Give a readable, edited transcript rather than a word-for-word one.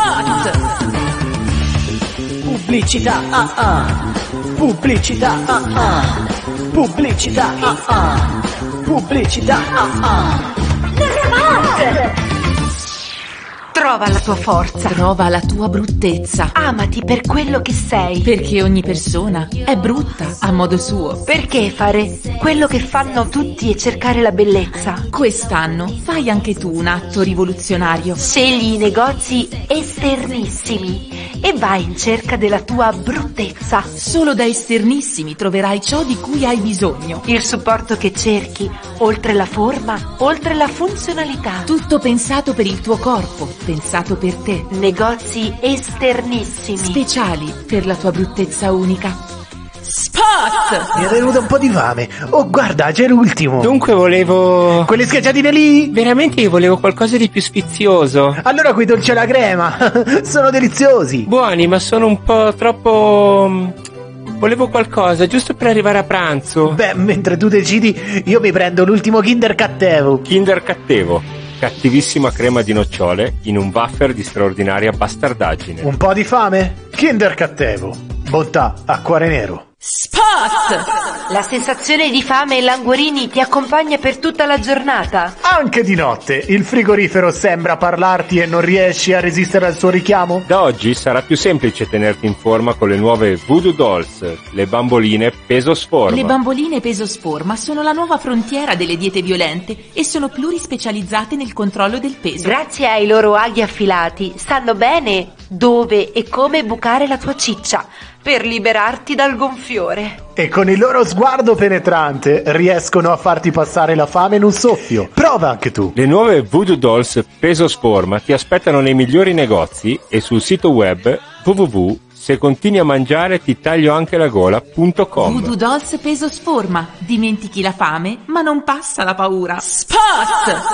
Spot! Pubblicità, pubblicità, pubblicità, pubblicità, Trova la tua forza. Trova la tua bruttezza. Amati per quello che sei. Perché ogni persona è brutta a modo suo. Perché fare quello che fanno tutti e cercare la bellezza? Quest'anno fai anche tu un atto rivoluzionario. Scegli i negozi esternissimi e vai in cerca della tua bruttezza. Solo da esternissimi troverai ciò di cui hai bisogno. Il supporto che cerchi, oltre la forma, oltre la funzionalità. Tutto pensato per il tuo corpo, pensato per te. Negozi esternissimi. Speciali per la tua bruttezza unica. Spot! Mi è venuto un po' di fame. Oh, guarda, c'è l'ultimo. Dunque volevo... Quelle schiacciatine lì? Veramente io volevo qualcosa di più sfizioso. Allora quei dolci alla crema. Sono deliziosi. Buoni, ma sono un po' troppo... Volevo qualcosa, giusto per arrivare a pranzo. Beh, mentre tu decidi, io mi prendo l'ultimo Kinder Cattevo. Kinder Cattevo, cattivissima crema di nocciole in un wafer di straordinaria bastardaggine. Un po' di fame? Kinder Cattevo. Bontà a cuore nero. Spot! La sensazione di fame e languorini ti accompagna per tutta la giornata. Anche di notte il frigorifero sembra parlarti e non riesci a resistere al suo richiamo? Da oggi sarà più semplice tenerti in forma con le nuove Voodoo Dolls, le bamboline peso sforma. Le bamboline peso sforma sono la nuova frontiera delle diete violente e sono plurispecializzate nel controllo del peso. Grazie ai loro aghi affilati, sanno bene dove e come bucare la tua ciccia per liberarti dal gonfiore. E con il loro sguardo penetrante riescono a farti passare la fame in un soffio. Prova anche tu. Le nuove Voodoo Dolls peso sforma ti aspettano nei migliori negozi e sul sito web se continui a mangiare ti taglio anche la gola.com. Voodoo Dolls peso sforma. Dimentichi la fame, ma non passa la paura. Spot!